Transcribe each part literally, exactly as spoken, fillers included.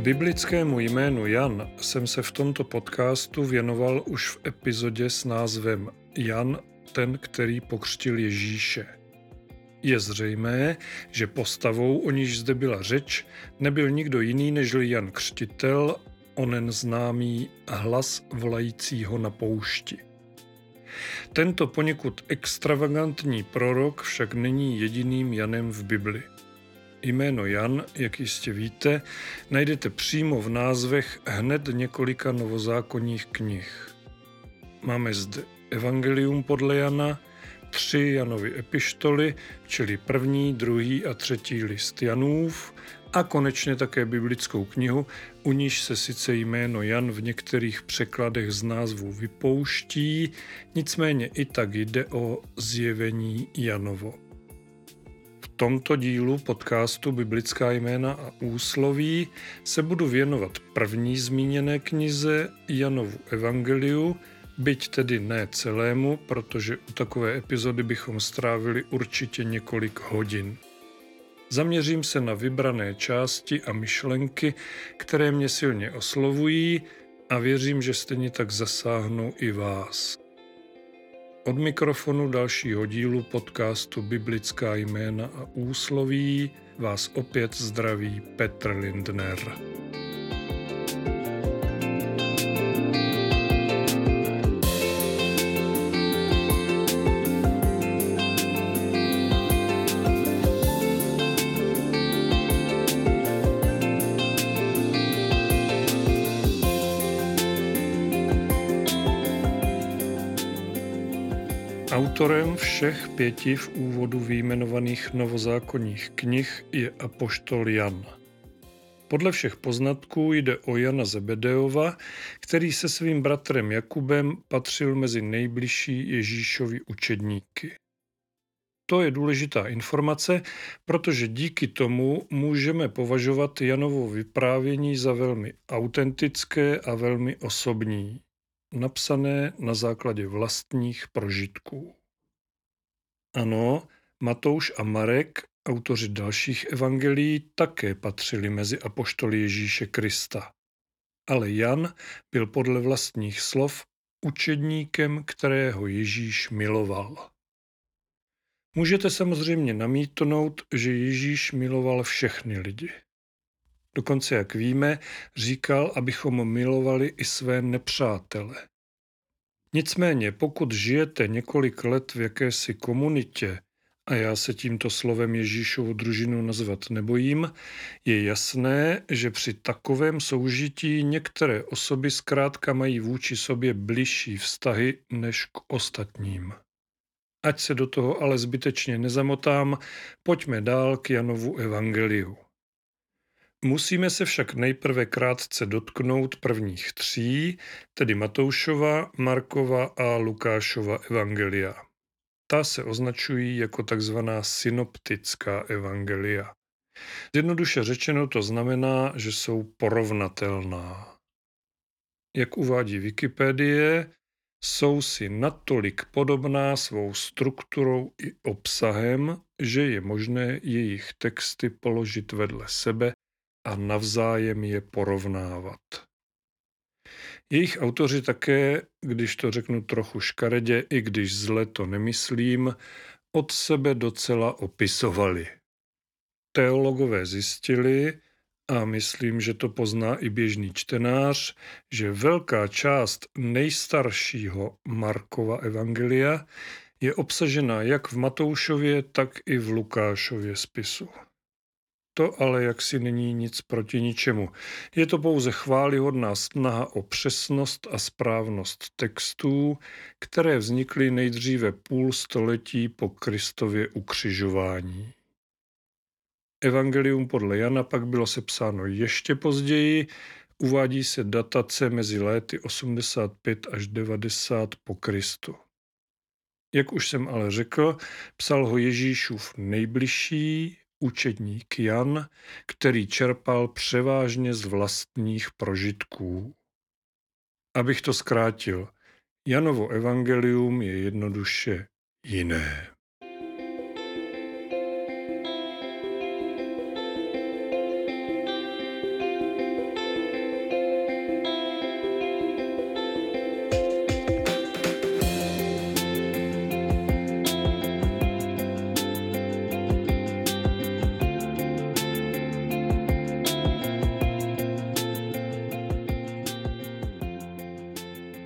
Biblickému jménu Jan jsem se v tomto podcastu věnoval už v epizodě s názvem Jan, ten, který pokřtil Ježíše. Je zřejmé, že postavou, o níž zde byla řeč, nebyl nikdo jiný nežli Jan Křtitel, onen známý hlas volajícího na poušti. Tento poněkud extravagantní prorok však není jediným Janem v Bibli. Jméno Jan, jak jistě víte, najdete přímo v názvech hned několika novozákonních knih. Máme zde Evangelium podle Jana, tři Janovy epištoly, čili první, druhý a třetí list Janův, a konečně také biblickou knihu, u níž se sice jméno Jan v některých překladech z názvu vypouští, nicméně i tak jde o zjevení Janovo. V tomto dílu podcastu Biblická jména a úsloví se budu věnovat první zmíněné knize Janovu Evangeliu, byť tedy ne celému, protože u takové epizody bychom strávili určitě několik hodin. Zaměřím se na vybrané části a myšlenky, které mě silně oslovují, a věřím, že stejně tak zasáhnou i vás. Od mikrofonu dalšího dílu podcastu Biblická jména a úsloví vás opět zdraví Petr Lindner. Autorem všech pěti v úvodu vyjmenovaných novozákonních knih je apoštol Jan. Podle všech poznatků jde o Jana Zebedeova, který se svým bratrem Jakubem patřil mezi nejbližší Ježíšovi učedníky. To je důležitá informace, protože díky tomu můžeme považovat Janovo vyprávění za velmi autentické a velmi osobní, napsané na základě vlastních prožitků. Ano, Matouš a Marek, autoři dalších evangelií, také patřili mezi apoštoly Ježíše Krista. Ale Jan byl podle vlastních slov učedníkem, kterého Ježíš miloval. Můžete samozřejmě namítnout, že Ježíš miloval všechny lidi. Dokonce, jak víme, říkal, abychom milovali i své nepřátele. Nicméně, pokud žijete několik let v jakési komunitě, a já se tímto slovem Ježíšovu družinu nazvat nebojím, je jasné, že při takovém soužití některé osoby zkrátka mají vůči sobě bližší vztahy než k ostatním. Ať se do toho ale zbytečně nezamotám, pojďme dál k Janovu evangeliu. Musíme se však nejprve krátce dotknout prvních tří, tedy Matoušova, Markova a Lukášova evangelia. Ta se označují jako takzvaná synoptická evangelia. Jednoduše řečeno to znamená, že jsou porovnatelná. Jak uvádí Wikipedie, jsou si natolik podobná svou strukturou i obsahem, že je možné jejich texty položit vedle sebe a navzájem je porovnávat. Jejich autoři také, když to řeknu trochu škaredě, i když zle to nemyslím, od sebe docela opisovali. Teologové zjistili, a myslím, že to pozná i běžný čtenář, že velká část nejstaršího Markova evangelia je obsažena jak v Matoušově, tak i v Lukášově spisu. To ale jaksi není nic proti ničemu. Je to pouze chvályhodná snaha o přesnost a správnost textů, které vznikly nejdříve půl století po Kristově ukřižování. Evangelium podle Jana pak bylo sepsáno ještě později, uvádí se datace mezi léty osmdesát pět až devadesát po Kristu. Jak už jsem ale řekl, psal ho Ježíšův nejbližší učedník Jan, který čerpal převážně z vlastních prožitků. Abych to zkrátil, Janovo evangelium je jednoduše jiné.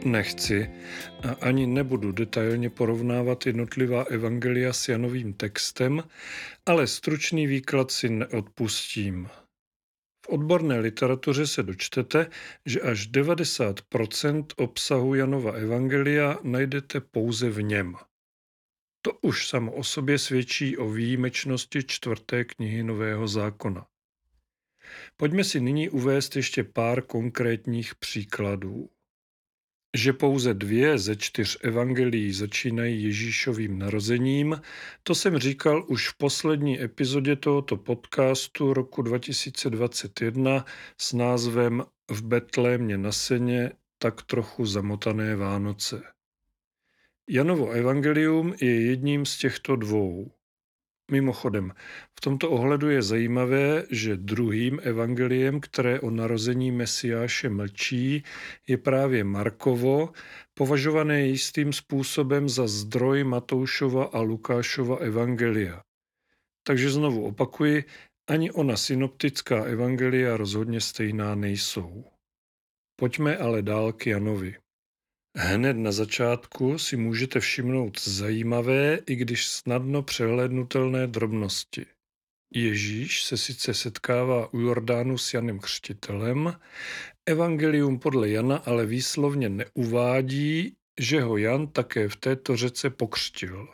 Nechci a ani nebudu detailně porovnávat jednotlivá evangelia s Janovým textem, ale stručný výklad si neodpustím. V odborné literatuře se dočtete, že až devadesát procent obsahu Janova evangelia najdete pouze v něm. To už samo o sobě svědčí o výjimečnosti čtvrté knihy Nového zákona. Pojďme si nyní uvést ještě pár konkrétních příkladů. Že pouze dvě ze čtyř evangelií začínají Ježíšovým narozením, to jsem říkal už v poslední epizodě tohoto podcastu roku dva tisíce dvacet jedna s názvem V Betlémě na Seně tak trochu zamotané Vánoce. Janovo evangelium je jedním z těchto dvou. Mimochodem, v tomto ohledu je zajímavé, že druhým evangeliem, které o narození Mesiáše mlčí, je právě Markovo, považované jistým způsobem za zdroj Matoušova a Lukášova evangelia. Takže znovu opakuji, ani ona synoptická evangelia rozhodně stejná nejsou. Pojďme ale dál k Janovi. Hned na začátku si můžete všimnout zajímavé, i když snadno přehlédnutelné drobnosti. Ježíš se sice setkává u Jordánu s Janem Křtitelem, evangelium podle Jana ale výslovně neuvádí, že ho Jan také v této řece pokřtil.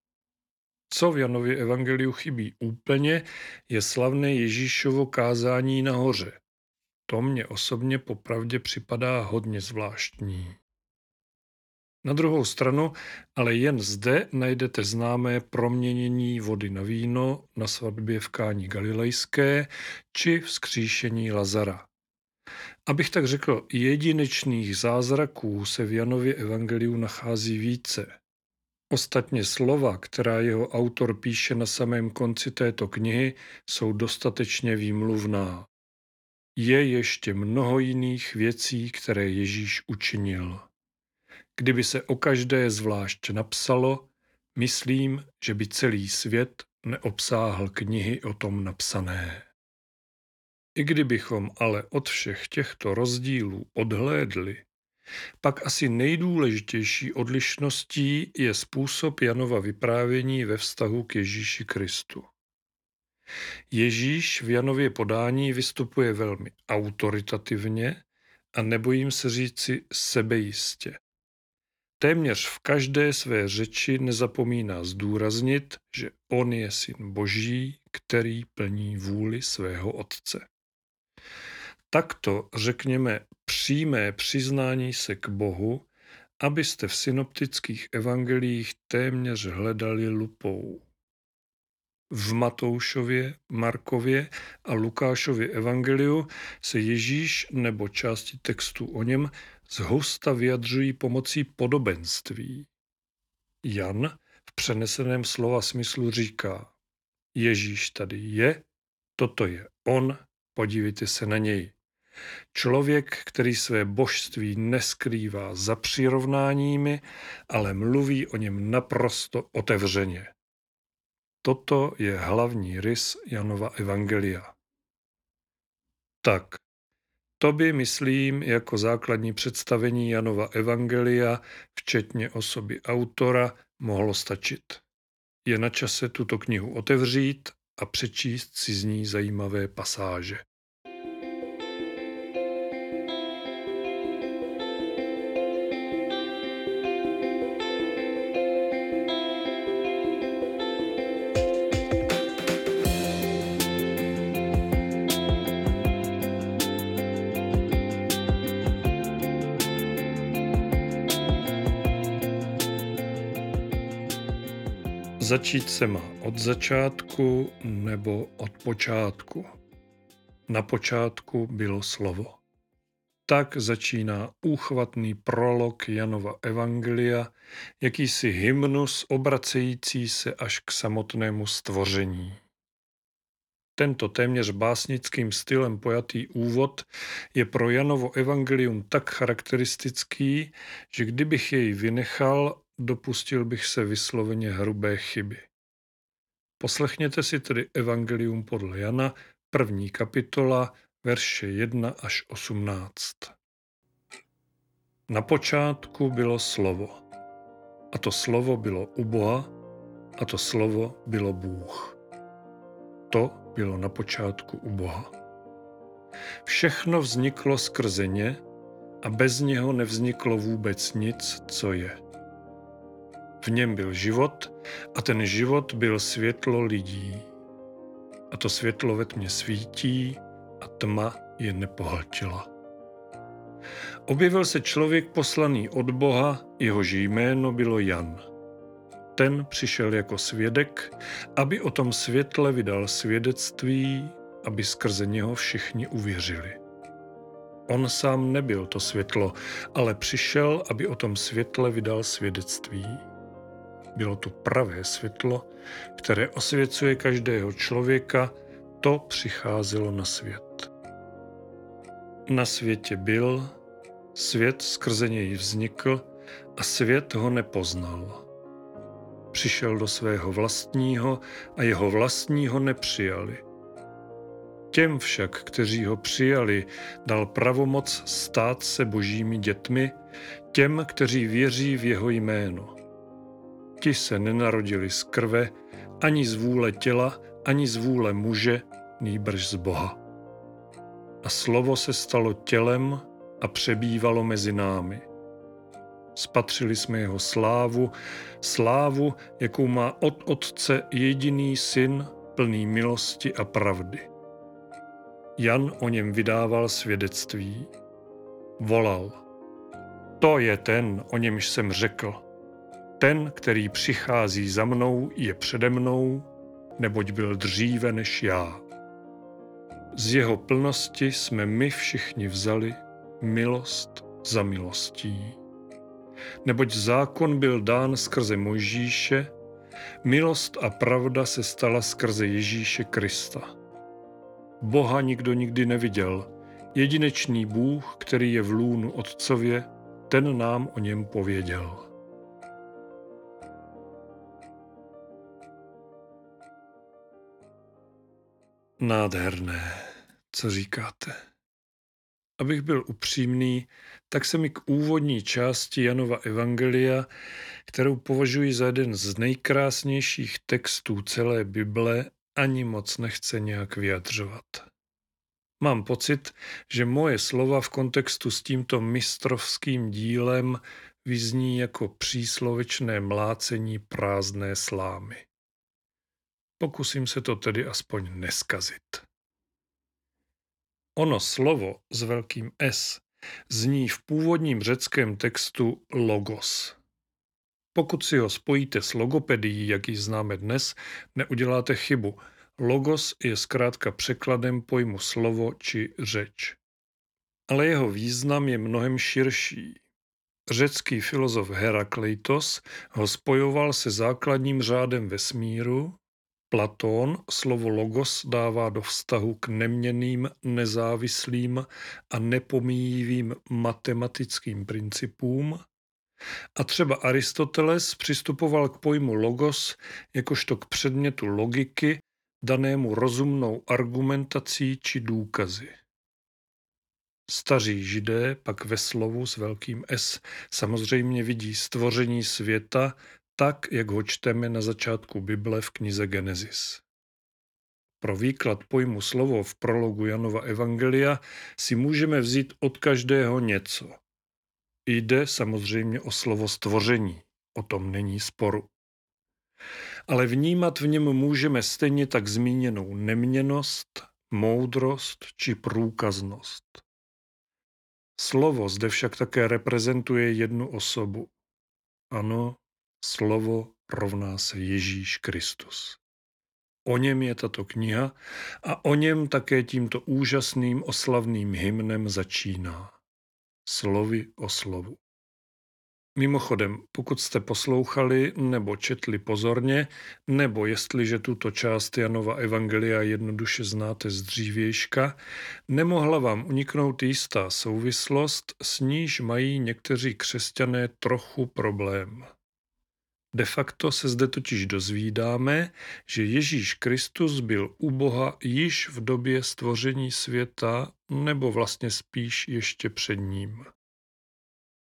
Co v Janově evangeliu chybí úplně, je slavné Ježíšovo kázání nahoře. To mně osobně popravdě připadá hodně zvláštní. Na druhou stranu, ale jen zde najdete známé proměnění vody na víno na svatbě v Káni Galilejské či vzkříšení Lazara. Abych tak řekl, jedinečných zázraků se v Janově evangeliu nachází více. Ostatně slova, která jeho autor píše na samém konci této knihy, jsou dostatečně výmluvná. Je ještě mnoho jiných věcí, které Ježíš učinil. Kdyby se o každé zvlášť napsalo, myslím, že by celý svět neobsáhl knihy o tom napsané. I kdybychom ale od všech těchto rozdílů odhlédli, pak asi nejdůležitější odlišností je způsob Janova vyprávění ve vztahu k Ježíši Kristu. Ježíš v Janově podání vystupuje velmi autoritativně a nebojím se říci sebejistě. Téměř v každé své řeči nezapomíná zdůraznit, že on je syn Boží, který plní vůli svého Otce. Takto, řekněme, přímé přiznání se k Bohu, abyste v synoptických evangeliích téměř hledali lupou. V Matoušově, Markově a Lukášově evangeliu se Ježíš nebo části textu o něm zhusta vyjadřují pomocí podobenství. Jan v přeneseném slova smyslu říká: Ježíš tady je, toto je on, podívejte se na něj. Člověk, který své božství neskrývá za přirovnáními, ale mluví o něm naprosto otevřeně. Toto je hlavní rys Janova evangelia. Tak, to by, myslím, jako základní představení Janova evangelia, včetně osoby autora, mohlo stačit. Je na čase tuto knihu otevřít a přečíst si z ní zajímavé pasáže. Začít se má od začátku nebo od počátku. Na počátku bylo slovo. Tak začíná úchvatný prolog Janova evangelia, jakýsi hymnus obracející se až k samotnému stvoření. Tento téměř básnickým stylem pojatý úvod je pro Janovo evangelium tak charakteristický, že kdybych jej vynechal, dopustil bych se vysloveně hrubé chyby. Poslechněte si tedy evangelium podle Jana, první kapitola, verše jedna až osmnáct. Na počátku bylo slovo. A to slovo bylo u Boha a to slovo bylo Bůh. To bylo na počátku u Boha. Všechno vzniklo skrze ně a bez něho nevzniklo vůbec nic, co je. V něm byl život a ten život byl světlo lidí. A to světlo ve tmě svítí a tma je nepohltila. Objevil se člověk poslaný od Boha, jehož jméno bylo Jan. Ten přišel jako svědek, aby o tom světle vydal svědectví, aby skrze něho všichni uvěřili. On sám nebyl to světlo, ale přišel, aby o tom světle vydal svědectví. Bylo to pravé světlo, které osvěcuje každého člověka, to přicházelo na svět. Na světě byl, svět skrze něj vznikl a svět ho nepoznal. Přišel do svého vlastního a jeho vlastního nepřijali. Těm však, kteří ho přijali, dal pravomoc stát se božími dětmi, těm, kteří věří v jeho jméno. Ti se nenarodili z krve, ani z vůle těla, ani z vůle muže, nýbrž z Boha. A slovo se stalo tělem a přebývalo mezi námi. Spatřili jsme jeho slávu, slávu, jakou má od Otce jediný syn, plný milosti a pravdy. Jan o něm vydával svědectví. Volal: To je ten, o němž jsem řekl. Ten, který přichází za mnou, je přede mnou, neboť byl dříve než já. Z jeho plnosti jsme my všichni vzali milost za milostí. Neboť zákon byl dán skrze Mojžíše, milost a pravda se stala skrze Ježíše Krista. Boha nikdo nikdy neviděl, jedinečný Bůh, který je v lůnu Otcově, ten nám o něm pověděl. Nádherné, co říkáte? Abych byl upřímný, tak se mi k úvodní části Janova evangelia, kterou považuji za jeden z nejkrásnějších textů celé Bible, ani moc nechce nějak vyjadřovat. Mám pocit, že moje slova v kontextu s tímto mistrovským dílem vyzní jako příslovečné mlácení prázdné slámy. Pokusím se to tedy aspoň neskazit. Ono slovo s velkým S zní v původním řeckém textu logos. Pokud si ho spojíte s logopedií, jak ji známe dnes, neuděláte chybu. Logos je zkrátka překladem pojmu slovo či řeč. Ale jeho význam je mnohem širší. Řecký filozof Herakleitos ho spojoval se základním řádem vesmíru. Platón slovo logos dává do vztahu k neměnným, nezávislým a nepomíjivým matematickým principům a třeba Aristoteles přistupoval k pojmu logos jakožto k předmětu logiky, danému rozumnou argumentací či důkazy. Staří Židé pak ve slovu s velkým S samozřejmě vidí stvoření světa tak, jak ho čteme na začátku Bible v knize Genesis. Pro výklad pojmu slovo v prologu Janova evangelia si můžeme vzít od každého něco. Jde samozřejmě o slovo stvoření, o tom není sporu. Ale vnímat v něm můžeme stejně tak zmíněnou neměnnost, moudrost či průkaznost. Slovo zde však také reprezentuje jednu osobu. Ano, slovo rovná se Ježíš Kristus. O něm je tato kniha a o něm také tímto úžasným oslavným hymnem začíná. Slovy o slovu. Mimochodem, pokud jste poslouchali nebo četli pozorně, nebo jestliže tuto část Janova evangelia jednoduše znáte z dřívějška, nemohla vám uniknout jistá souvislost, s níž mají někteří křesťané trochu problém. De facto se zde totiž dozvídáme, že Ježíš Kristus byl u Boha již v době stvoření světa, nebo vlastně spíš ještě před ním.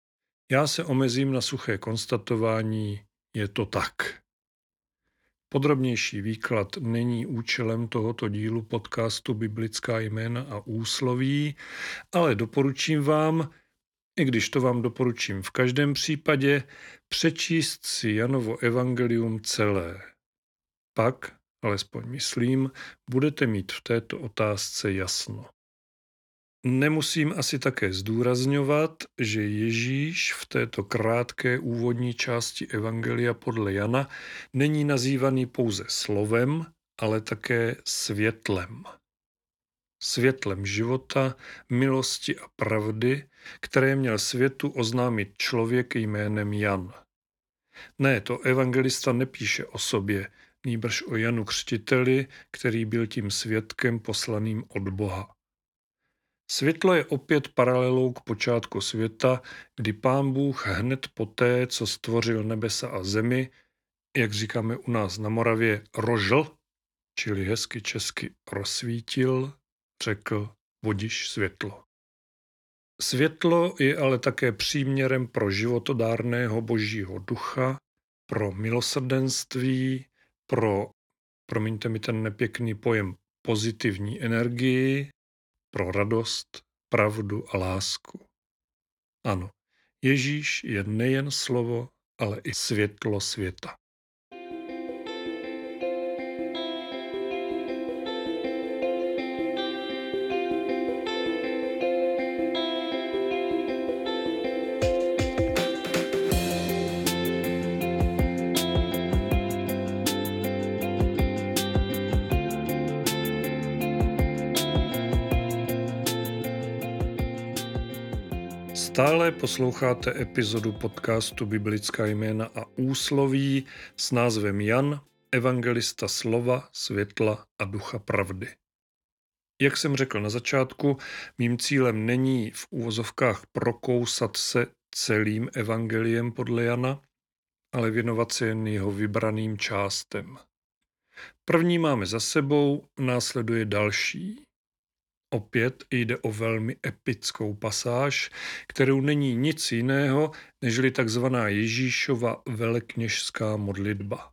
Já se omezím na suché konstatování, je to tak. Podrobnější výklad není účelem tohoto dílu podcastu Biblická jména a úsloví, ale doporučím vám, i když to vám doporučím v každém případě, přečíst si Janovo evangelium celé. Pak, alespoň myslím, budete mít v této otázce jasno. Nemusím asi také zdůrazňovat, že Ježíš v této krátké úvodní části Evangelia podle Jana není nazývaný pouze slovem, ale také světlem. Světlem života, milosti a pravdy, které měl světu oznámit člověk jménem Jan. Ne, to evangelista nepíše o sobě, nýbrž o Janu Křtiteli, který byl tím svědkem poslaným od Boha. Světlo je opět paralelou k počátku světa, kdy Pán Bůh hned poté, co stvořil nebesa a zemi, jak říkáme u nás na Moravě, rožl, čili hezky česky rozsvítil, řekl budiš světlo. Světlo je ale také příměrem pro životodárného Božího ducha, pro milosrdenství, pro, promiňte mi ten nepěkný pojem, pozitivní energii, pro radost, pravdu a lásku. Ano, Ježíš je nejen slovo, ale i světlo světa. Stále posloucháte epizodu podcastu Biblická jména a úsloví s názvem Jan, evangelista slova, světla a ducha pravdy. Jak jsem řekl na začátku, mým cílem není v úvozovkách prokousat se celým evangeliem podle Jana, ale věnovat se jen jeho vybraným částem. První máme za sebou, následuje další. Opět jde o velmi epickou pasáž, kterou není nic jiného, nežli takzvaná Ježíšova velekněžská modlitba.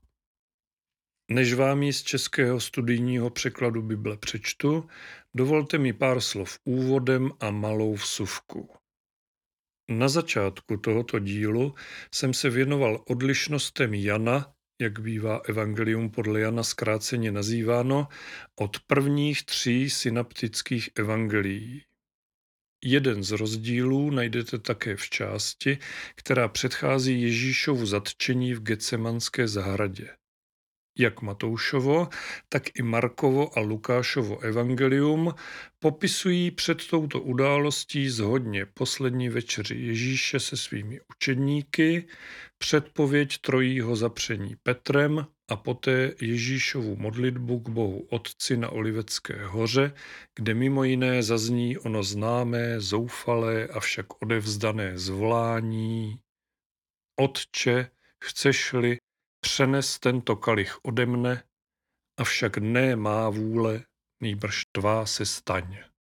Než vám ji z českého studijního překladu Bible přečtu, dovolte mi pár slov úvodem a malou vsuvku. Na začátku tohoto dílu jsem se věnoval odlišnostem Jana, jak bývá evangelium podle Jana zkráceně nazýváno, od prvních tří synaptických evangelií. Jeden z rozdílů najdete také v části, která předchází Ježíšovu zatčení v Getsemanské zahradě. Jak Matoušovo, tak i Markovo a Lukášovo evangelium popisují před touto událostí zhodně poslední večeři Ježíše se svými učedníky, předpověď trojího zapření Petrem a poté Ježíšovu modlitbu k Bohu Otci na Olivecké hoře, kde mimo jiné zazní ono známé, zoufalé, avšak odevzdané zvolání: Otče, chceš-li, přenes tento kalich ode mne, avšak ne má vůle, nýbrž tvá se staň.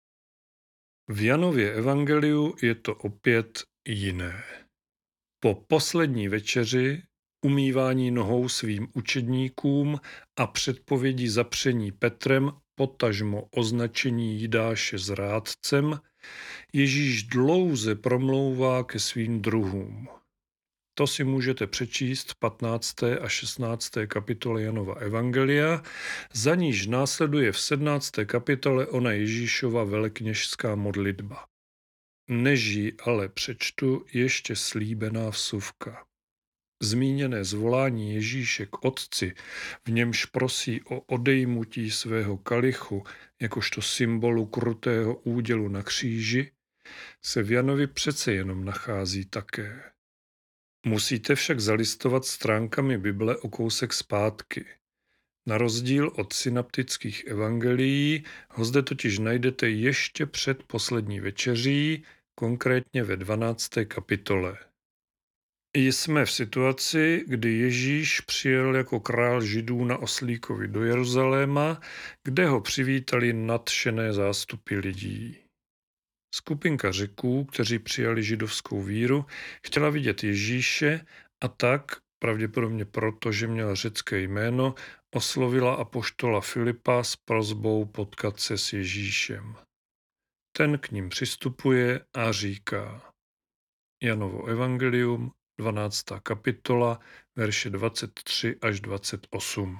V Janově evangeliu je to opět jiné. Po poslední večeři, umývání nohou svým učedníkům a předpovědi zapření Petrem, potažmo označení Jidáše zrádcem, Ježíš dlouze promlouvá ke svým druhům. To si můžete přečíst v patnácté a šestnácté kapitole Janova evangelia, za níž následuje v sedmnácté kapitole ona Ježíšova velekněžská modlitba. Než ji ale přečtu, ještě slíbená vsuvka. Zmíněné zvolání Ježíše k Otci, v němž prosí o odejmutí svého kalichu, jakožto symbolu krutého údělu na kříži, se v Janovi přece jenom nachází také. Musíte však zalistovat stránkami Bible o kousek zpátky. Na rozdíl od synaptických evangelií ho zde totiž najdete ještě před poslední večeří, konkrétně ve dvanácté kapitole. Jsme v situaci, kdy Ježíš přijel jako král Židů na oslíkovi do Jeruzaléma, kde ho přivítali nadšené zástupy lidí. Skupinka Řeků, kteří přijali židovskou víru, chtěla vidět Ježíše a tak, pravděpodobně proto, že měl řecké jméno, oslovila apoštola Filipa s prosbou potkat se s Ježíšem. Ten k ním přistupuje a říká. Janovo evangelium, dvanáctá kapitola, verše dvacet tři až dvacet osm.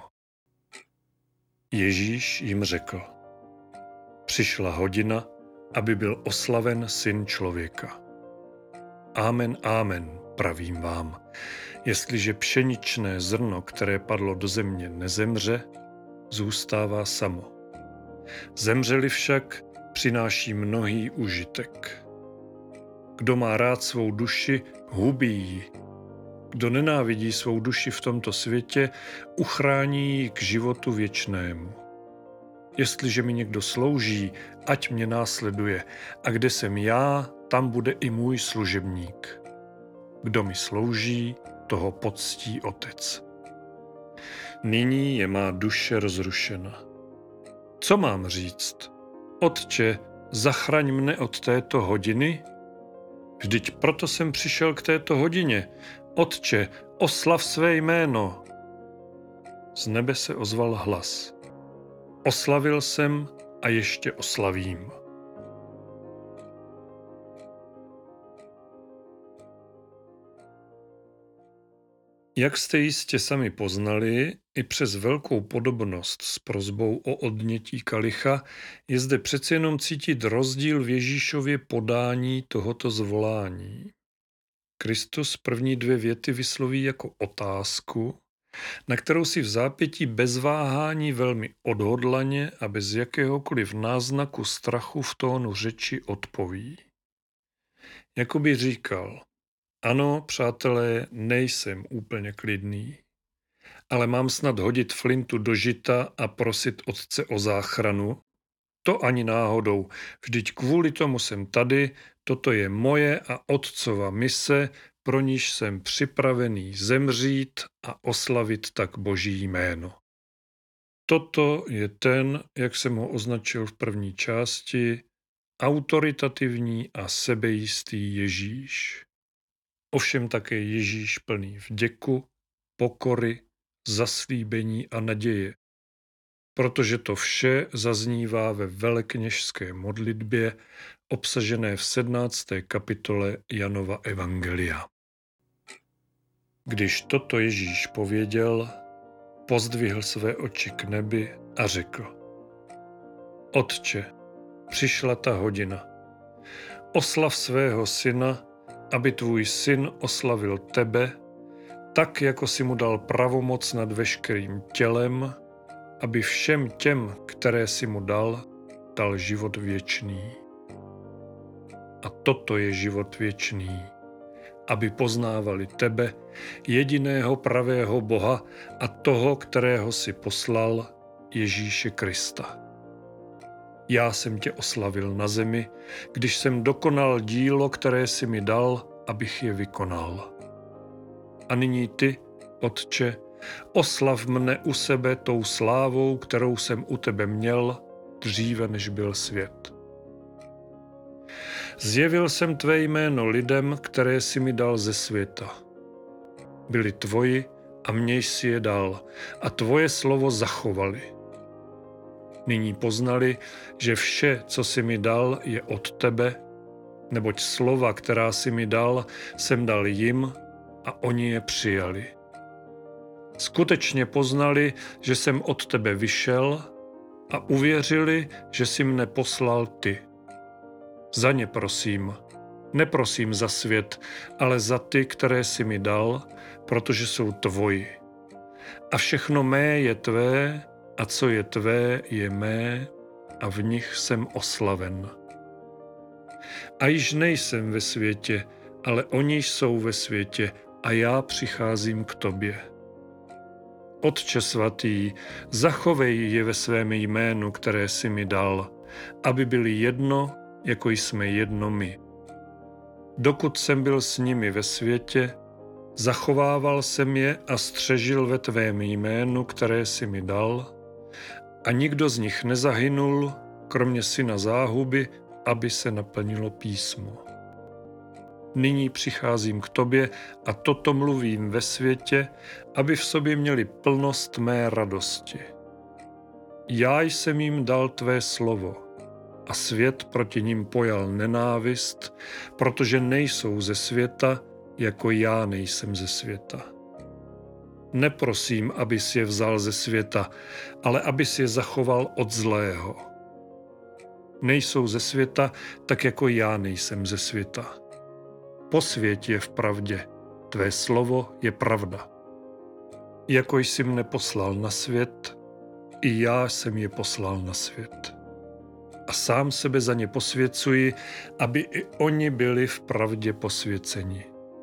Ježíš jim řekl. Přišla hodina, aby byl oslaven Syn člověka. Amen, amen, pravím vám. Jestliže pšeničné zrno, které padlo do země, nezemře, zůstává samo. Zemřeli však, přináší mnohý užitek. Kdo má rád svou duši, hubí ji. Kdo nenávidí svou duši v tomto světě, uchrání ji k životu věčnému. Jestliže mi někdo slouží, ať mě následuje, a kde jsem já, tam bude i můj služebník. Kdo mi slouží, toho poctí Otec. Nyní je má duše rozrušena. Co mám říct? Otče, zachraň mne od této hodiny? Vždyť proto jsem přišel k této hodině. Otče, oslav své jméno. Z nebe se ozval hlas. Oslavil jsem a ještě oslavím. Jak jste jistě sami poznali, i přes velkou podobnost s prosbou o odnětí kalicha je zde přece jenom cítit rozdíl v Ježíšově podání tohoto zvolání. Kristus první dvě věty vysloví jako otázku, na kterou si v zápětí bez váhání velmi odhodlaně a bez jakéhokoliv náznaku strachu v tónu řeči odpoví. Jakoby říkal, ano, přátelé, nejsem úplně klidný, ale mám snad hodit flintu do žita a prosit Otce o záchranu? To ani náhodou, vždyť kvůli tomu jsem tady, toto je moje a Otcova mise, pro níž jsem připravený zemřít a oslavit tak Boží jméno. Toto je ten, jak jsem ho označil v první části, autoritativní a sebejistý Ježíš. Ovšem také Ježíš plný vděku, pokory, zaslíbení a naděje, protože to vše zaznívá ve velekněžské modlitbě obsažené v sedmnácté kapitole Janova evangelia. Když toto Ježíš pověděl, pozdvihl své oči k nebi a řekl: Otče, přišla ta hodina. Oslav svého syna, aby tvůj syn oslavil tebe, tak jako si mu dal pravomoc nad veškerým tělem, aby všem těm, které si mu dal, dal život věčný. A toto je život věčný, aby poznávali tebe, jediného pravého Boha a toho, kterého si poslal, Ježíše Krista. Já jsem tě oslavil na zemi, když jsem dokonal dílo, které si mi dal, abych je vykonal. A nyní ty, Otče, oslav mne u sebe tou slávou, kterou jsem u tebe měl, dříve než byl svět. Zjevil jsem tvé jméno lidem, které si mi dal ze světa. Byli tvoji a mně jsi je dal a tvoje slovo zachovali. Nyní poznali, že vše, co jsi mi dal, je od tebe, neboť slova, která jsi mi dal, jsem dal jim a oni je přijali. Skutečně poznali, že jsem od tebe vyšel a uvěřili, že jsi mne poslal ty. Za ně prosím, neprosím za svět, ale za ty, které jsi mi dal, protože jsou tvoji. A všechno mé je tvé, a co je tvé, je mé, a v nich jsem oslaven. A již nejsem ve světě, ale oni jsou ve světě a já přicházím k tobě. Otče svatý, zachovej je ve svém jménu, které jsi mi dal, aby byli jedno, jako jsme jedno my. Dokud jsem byl s nimi ve světě, zachovával jsem je a střežil ve tvém jménu, které jsi mi dal, a nikdo z nich nezahynul, kromě syna záhuby, aby se naplnilo písmo. Nyní přicházím k tobě a toto mluvím ve světě, aby v sobě měli plnost mé radosti. Já jsem jim dal tvé slovo a svět proti nim pojal nenávist, protože nejsou ze světa, jako já nejsem ze světa. Neprosím, abys je vzal ze světa, ale abys je zachoval od zlého. Nejsou ze světa, tak jako já nejsem ze světa. Posvěť je v pravdě, tvé slovo je pravda. Jako jsi mne poslal na svět, i já jsem je poslal na svět. A sám sebe za ně posvěcuji, aby i oni byli v pravdě posvěceni.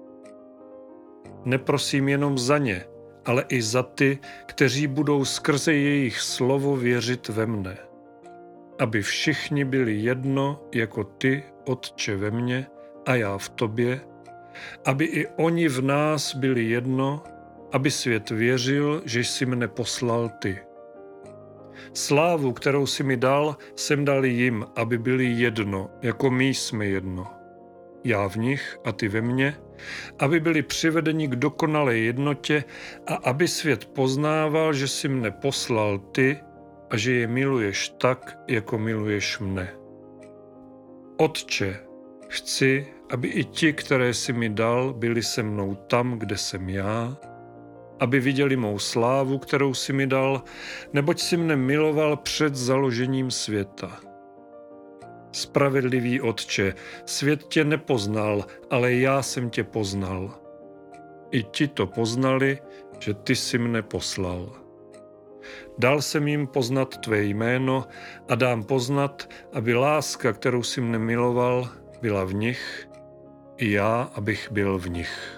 Neprosím jenom za ně, ale i za ty, kteří budou skrze jejich slovo věřit ve mne. Aby všichni byli jedno, jako ty, Otče, ve mně a já v tobě, aby i oni v nás byli jedno, aby svět věřil, že jsi mne poslal ty. Slávu, kterou jsi mi dal, jsem dal jim, aby byli jedno, jako my jsme jedno. Já v nich a ty ve mně, aby byli přivedeni k dokonalé jednotě a aby svět poznával, že jsi mne poslal ty a že je miluješ tak, jako miluješ mne. Otče, chci, aby i ti, které jsi mi dal, byli se mnou tam, kde jsem já, aby viděli mou slávu, kterou jsi mi dal, neboť jsi mne miloval před založením světa. Spravedlivý Otče, svět tě nepoznal, ale já jsem tě poznal. I ti to poznali, že ty jsi mne poslal. Dal jsem jim poznat tvé jméno a dám poznat, aby láska, kterou jsi mne miloval, byla v nich, i já, abych byl v nich.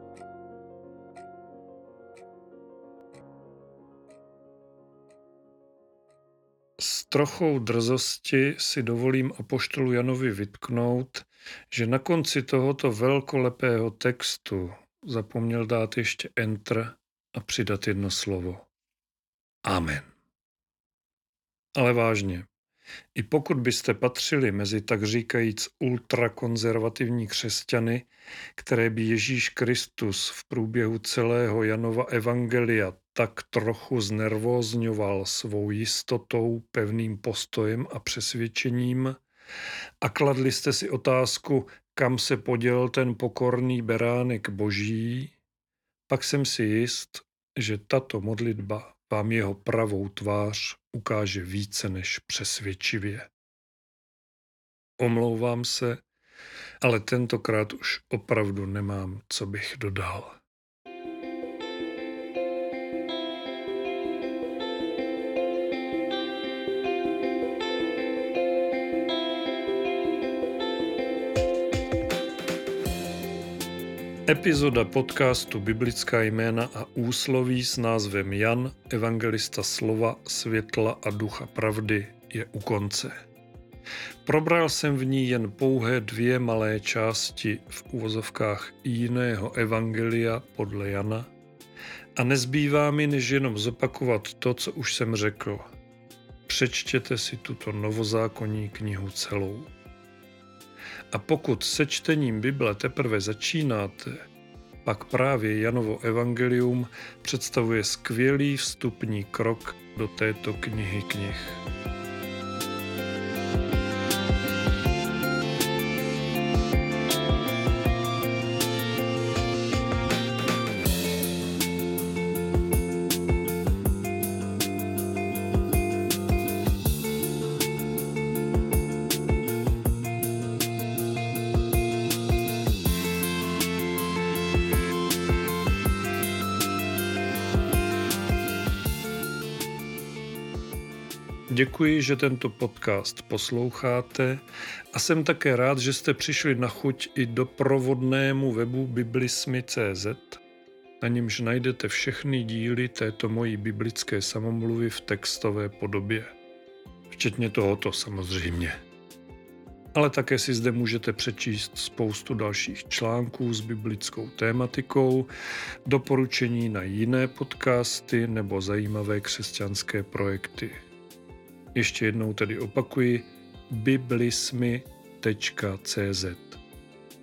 S trochou drzosti si dovolím apoštolu Janovi vytknout, že na konci tohoto velkolepého textu zapomněl dát ještě enter a přidat jedno slovo. Amen. Ale vážně, i pokud byste patřili mezi tak říkajíc ultrakonzervativní křesťany, které by Ježíš Kristus v průběhu celého Janova evangelia tak trochu znervózňoval svou jistotou, pevným postojem a přesvědčením a kladli jste si otázku, kam se poděl ten pokorný beránek boží, pak jsem si jist, že tato modlitba vám jeho pravou tvář ukáže více než přesvědčivě. Omlouvám se, ale tentokrát už opravdu nemám, co bych dodal. Epizoda podcastu Biblická jména a úsloví s názvem Jan, evangelista slova, světla a ducha pravdy je u konce. Probral jsem v ní jen pouhé dvě malé části v uvozovkách jiného evangelia podle Jana a nezbývá mi, než jenom zopakovat to, co už jsem řekl. Přečtěte si tuto novozákonní knihu celou. A pokud se čtením Bible teprve začínáte, pak právě Janovo evangelium představuje skvělý vstupní krok do této knihy knih. Děkuji, že tento podcast posloucháte a jsem také rád, že jste přišli na chuť i doprovodnému webu biblismy tečka cé zet, na němž najdete všechny díly této mojí biblické samomluvy v textové podobě. Včetně tohoto samozřejmě. Ale také si zde můžete přečíst spoustu dalších článků s biblickou tématikou, doporučení na jiné podcasty nebo zajímavé křesťanské projekty. Ještě jednou tedy opakuji biblismy tečka cé zet.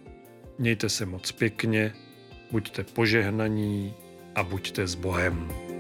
Mějte se moc pěkně, buďte požehnaní a buďte s Bohem.